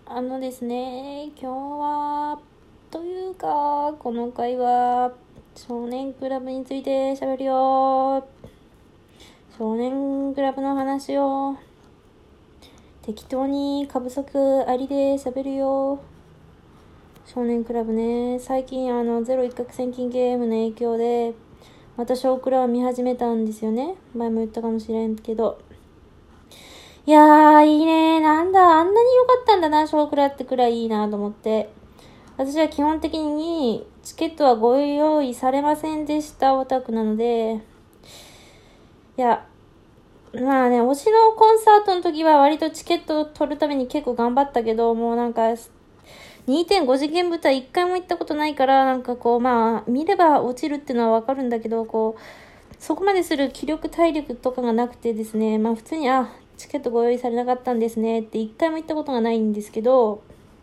ですね、今日は、というか、この回は、少年クラブについて喋るよ。少年クラブの話を、適当に過不足ありで喋るよ。少年クラブね、最近ゼロ一攫千金ゲームの影響で、また少クラを見始めたんですよね。前も言ったかもしれんけど。いやー、いいね。なんだ、あんなに良かったんだな、少クラってくらいいいなと思って。私は基本的にチケットはご用意されませんでしたオタクなので、いや、まあね、推しのコンサートの時は割とチケットを取るために結構頑張ったけど、もうなんか、2.5 次元舞台1回も行ったことないから、なんかこう、まあ、見れば落ちるっていうのはわかるんだけど、こう、そこまでする気力体力とかがなくてですね、まあ普通に、チケットご用意されなかったんですねって一回も行ったことがないんですけど、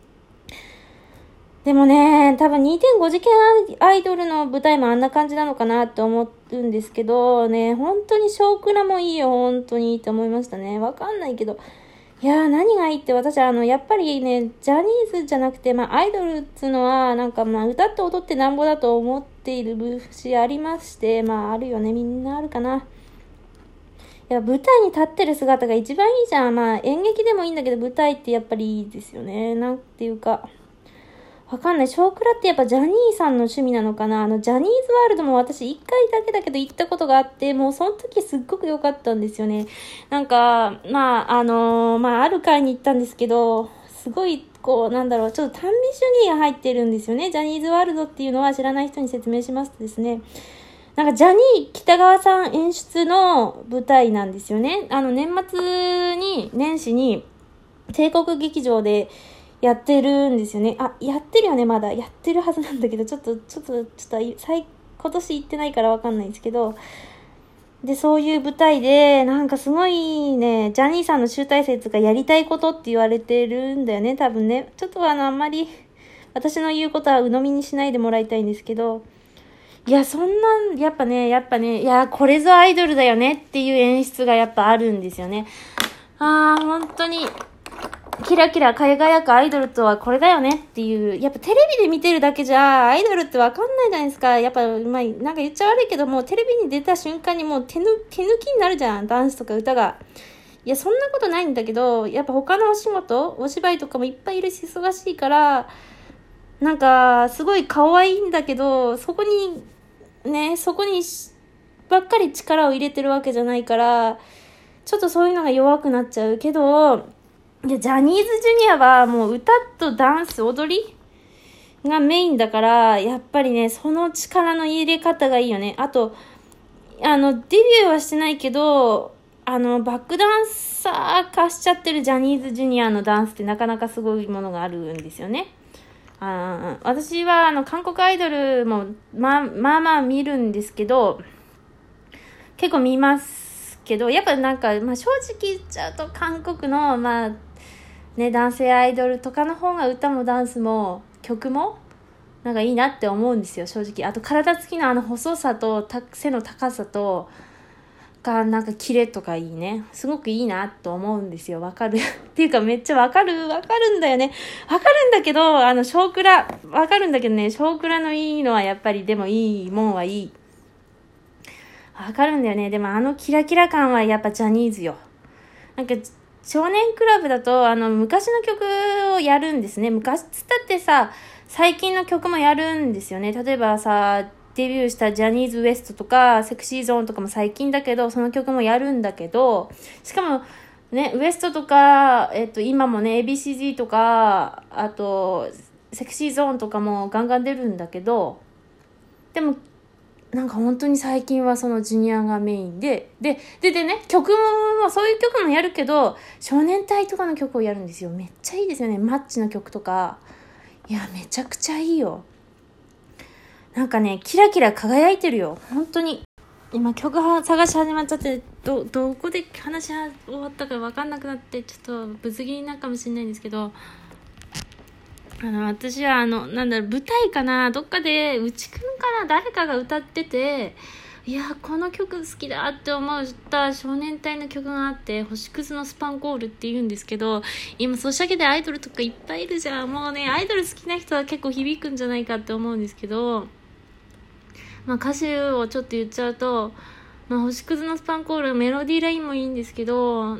でもね、多分 2.5 次元アイドルの舞台もあんな感じなのかなって思うんですけど、ね、本当に少クラもいいよ、本当にって思いましたね。わかんないけど。いやー、何がいいって私はやっぱりね、ジャニーズじゃなくて、アイドルっていうのは、なんか歌って踊ってなんぼだと思っている節ありまして、あるよね、みんなあるかな。いや、舞台に立ってる姿が一番いいじゃん。演劇でもいいんだけど、舞台ってやっぱりいいですよね。なんていうか。わかんない。少クラってやっぱジャニーさんの趣味なのかな。ジャニーズワールドも私一回だけだけど行ったことがあって、もうその時すっごく良かったんですよね。なんか、ある会に行ったんですけど、すごい、こう、ちょっと単美主義が入ってるんですよね。ジャニーズワールドっていうのは知らない人に説明しますとですね、なんかジャニー北川さん演出の舞台なんですよね。年始に帝国劇場でやってるんですよね。やってるよね、まだ。やってるはずなんだけど、今年行ってないからわかんないんですけど。で、そういう舞台で、なんかすごいね、ジャニーさんの集大成とかやりたいことって言われてるんだよね、多分ね。ちょっとあんまり、私の言うことは鵜呑みにしないでもらいたいんですけど、いや、やっぱね、いや、これぞアイドルだよねっていう演出がやっぱあるんですよね。本当に、キラキラ輝くアイドルとはこれだよねっていう、やっぱテレビで見てるだけじゃ、アイドルってわかんないじゃないですか。やっぱ、なんか言っちゃ悪いけど、もうテレビに出た瞬間にもう手抜きになるじゃん、ダンスとか歌が。いや、そんなことないんだけど、やっぱ他のお芝居とかもいっぱいいるし、忙しいから、なんか、すごい可愛いんだけど、そこにばっかり力を入れてるわけじゃないから、ちょっとそういうのが弱くなっちゃうけど、いや、ジャニーズジュニアはもう歌とダンス、踊りがメインだから、やっぱりね、その力の入れ方がいいよね。あと、デビューはしてないけど、バックダンサー化しちゃってるジャニーズジュニアのダンスってなかなかすごいものがあるんですよね。私は韓国アイドルもまあ見るんですけど、結構見ますけど、やっぱなんか、正直言っちゃうと韓国の男性アイドルとかの方が歌もダンスも曲もなんかいいなって思うんですよ、正直。あと体つきの細さと背の高さとがなんかキレとかいいね、すごくいいなと思うんですよ。わかるっていうかめっちゃわかるんだよね。わかるんだけど、少クラわかるんだけどね、少クラのいいのはやっぱり、でもいいもんはいい、わかるんだよね。でもキラキラ感はやっぱジャニーズよ。なんか少年クラブだと昔の曲をやるんですね。昔つったってさ、最近の曲もやるんですよね。例えばさ、デビューしたジャニーズ WEST とかセクシーゾーンとかも最近だけど、その曲もやるんだけど、しかもね、ウエストとか、今もね ABCD とか、あとセクシーゾーンとかもガンガン出るんだけど、でもなんか本当に最近はそのジュニアがメインでね、曲もそういう曲もやるけど、少年隊とかの曲をやるんですよ。めっちゃいいですよね。マッチの曲とか、いやめちゃくちゃいいよ。なんかね、キラキラ輝いてるよ、本当に。今曲探し始まっちゃって、どこで話し終わったか分かんなくなって、ちょっとぶつ切りになるかもしれないんですけど、私は舞台かな、どっかで内くんかな、誰かが歌ってて、 いやこの曲好きだって思った少年隊の曲があって、星屑のスパンコールって言うんですけど、今ソシャゲでアイドルとかいっぱいいるじゃん。もうねアイドル好きな人は結構響くんじゃないかって思うんですけど、歌詞をちょっと言っちゃうと、星屑のスパンコールメロディーラインもいいんですけど、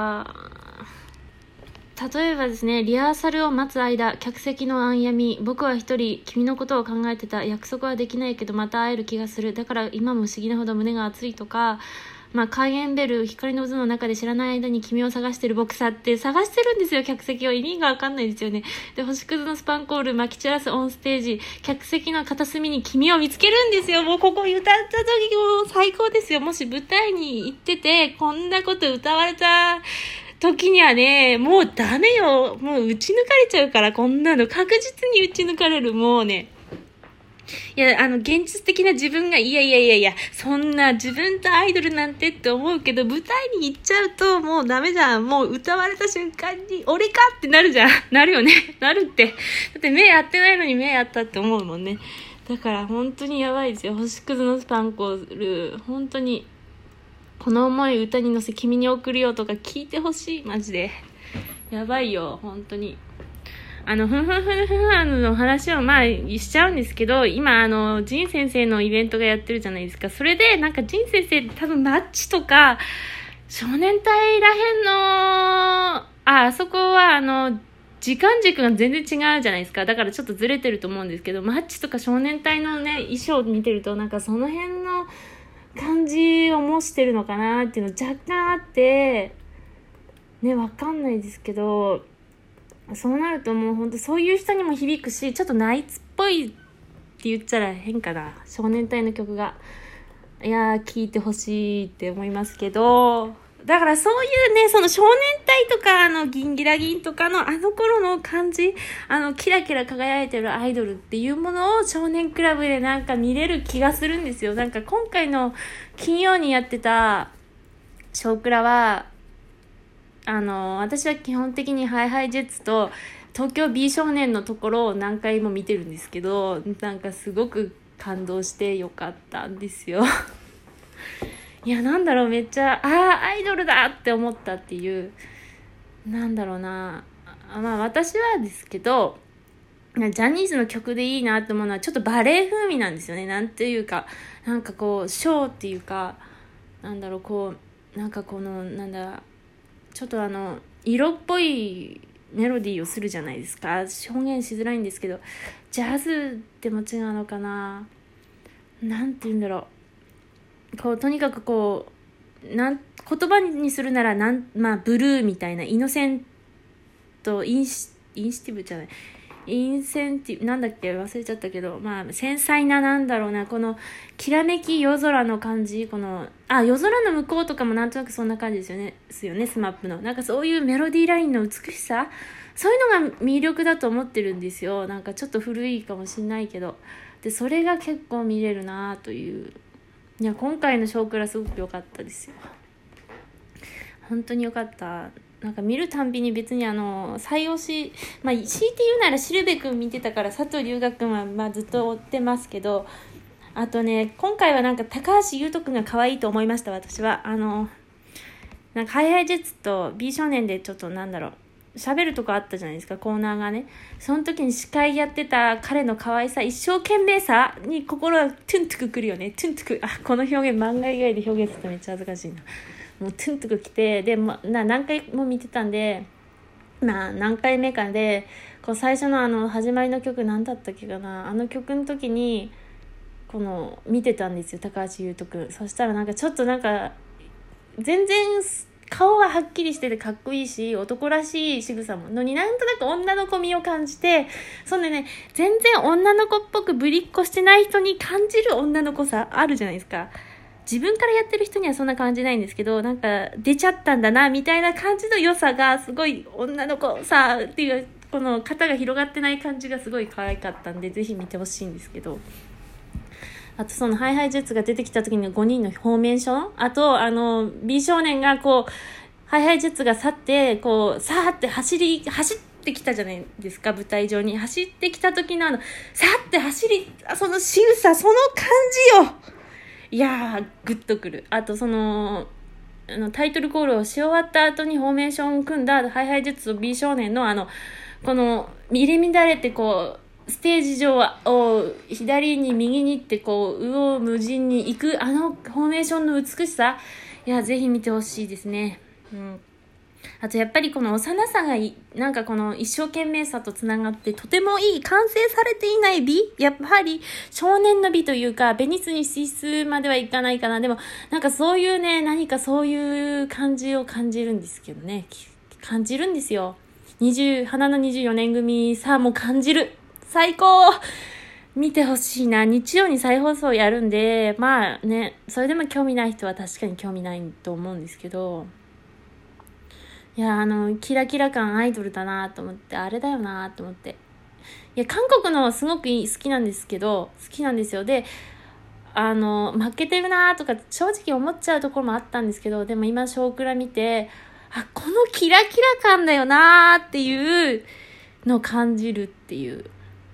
例えばですね、リハーサルを待つ間、客席の暗闇、僕は一人君のことを考えてた、約束はできないけどまた会える気がする、だから今も不思議なほど胸が熱いとか、カーゲンベル、光の渦の中で知らない間に君を探してる僕さって探してるんですよ、客席を。意味がわかんないですよね。で、星屑のスパンコール、撒き散らすオンステージ、客席の片隅に君を見つけるんですよ。もうここ歌った時も最高ですよ。もし舞台に行ってて、こんなこと歌われた時にはね、もうダメよ。もう打ち抜かれちゃうから、こんなの確実に打ち抜かれる。もうね。いや、現実的な自分が、いや、そんな自分とアイドルなんてって思うけど、舞台に行っちゃうともうダメじゃん。もう歌われた瞬間に、俺かってなるじゃん。なるよね。なるって。だって目合ってないのに目合ったって思うもんね。だから本当にやばいですよ。星屑のスパンコール。本当に。この思い歌に乗せ君に送るよとか聞いてほしい。マジで。やばいよ。本当に。ふんの話をしちゃうんですけど、今ジン先生のイベントがやってるじゃないですか。それでジン先生多分マッチとか少年隊らへんのあそこは時間軸が全然違うじゃないですか。だからちょっとずれてると思うんですけど、マッチとか少年隊のね衣装を見てるとその辺の感じを模してるのかなっていうの若干あってね、わかんないですけど、そうなるともう本当そういう人にも響くし、ちょっとナイツっぽいって言ったら変かな、少年隊の曲が。いやー聴いてほしいって思いますけど、だからそういうね、その少年隊とかギンギラギンとかの頃の感じ、キラキラ輝いてるアイドルっていうものを少年クラブで見れる気がするんですよ。今回の金曜にやってた少クラは私は基本的にハイハイジェッツと東京 B 少年のところを何回も見てるんですけど、すごく感動してよかったんですよ。いやめっちゃアイドルだって思ったっていう、私はですけど、ジャニーズの曲でいいなって思うのはちょっとバレエ風味なんですよね。なんていうかショーっていうかちょっと色っぽいメロディーをするじゃないですか。表現しづらいんですけど、ジャズでも違うのかな、なんて言うんだろう、とにかく言葉にするならブルーみたいな、イノセントインセンティブなんだっけ忘れちゃったけど、繊細なこのきらめき夜空の感じ、夜空の向こうとかもなんとなくそんな感じですよね、スマップのそういうメロディーラインの美しさ、そういうのが魅力だと思ってるんですよ。ちょっと古いかもしんないけど、でそれが結構見れるなという。いや今回のショークラすごく良かったですよ。本当に良かった。見るたんびに別に最推し、強いて言うならシルベ君見てたから佐藤龍我君はずっと追ってますけど、あとね今回は高橋優斗君が可愛いと思いました。私はハイハイジェッツと B 少年でちょっと喋るとこあったじゃないですか、コーナーがね。その時に司会やってた彼の可愛さ、一生懸命さに心がトゥントゥクくるよね。トゥントゥク、この表現漫画以外で表現するとめっちゃ恥ずかしいな。もうトゥントゥク来て、で何回も見てたんで、何回目かで最初の始まりの曲何だったっけかな、曲の時に見てたんですよ、高橋優斗くん。そしたらちょっと全然顔がはっきりしててかっこいいし、男らしい仕草ものになんとなく女の子味を感じて、そんでね、全然女の子っぽくぶりっこしてない人に感じる女の子さあるじゃないですか。自分からやってる人にはそんな感じないんですけど、出ちゃったんだなみたいな感じの良さがすごい、女の子さっていうこの肩が広がってない感じがすごい可愛かったんで、ぜひ見てほしいんですけど、あとそのハイハイジェッツが出てきた時の5人のフォーメーション、あと美少年がハイハイジェッツが去ってさーって走ってきたじゃないですか、舞台上に走ってきた時のさーってその仕草、その感じよ。 いやー、グッとくる。あとタイトルコールをし終わった後にフォーメーションを組んだハイハイジェッツと美少年のこの入れ乱れてステージ上を左に右にって右往無尽に行くフォーメーションの美しさ、いや、ぜひ見てほしいですね。あとやっぱりこの幼さがなんかこの一生懸命さとつながってとてもいい、完成されていない美、やっぱり少年の美というかベニスに資質まではいかないかな。でもなんかそういうね、何かそういう感じを感じるんですけどね、感じるんですよ。花の24年組さも感じる。最高、見てほしいな。日曜に再放送やるんで、まあね、それでも興味ない人は確かに興味ないと思うんですけど、いや、キラキラ感アイドルだなと思って、あれだよなと思って。いや、韓国のすごく好きなんですよ。で、負けてるなとか正直思っちゃうところもあったんですけど、でも今少クラ見て、このキラキラ感だよなっていうのを感じるっていう。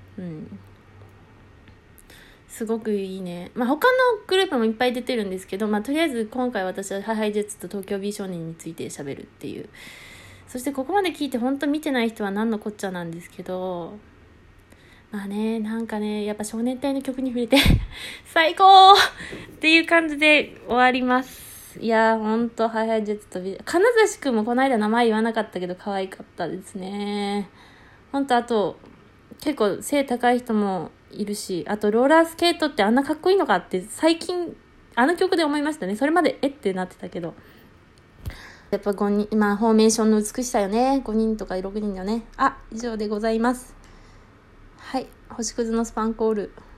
すごくいいね。他のグループもいっぱい出てるんですけど、とりあえず今回私はハイハイジェッツと東京美少年について喋るっていう。そしてここまで聞いて本当見てない人は何のこっちゃなんですけど、なんかね、やっぱ少年隊の曲に触れて最高っていう感じで終わります。いやー、ほんとハイハイジェッツと金指くんもこの間名前言わなかったけど可愛かったですね。ほんと、あと結構背高い人もいるし、あとローラースケートってあんなかっこいいのかって最近あの曲で思いましたね。それまでってなってたけど、やっぱ5人、フォーメーションの美しさよね。5人とか6人よね。以上でございます。はい、星屑のスパンコール。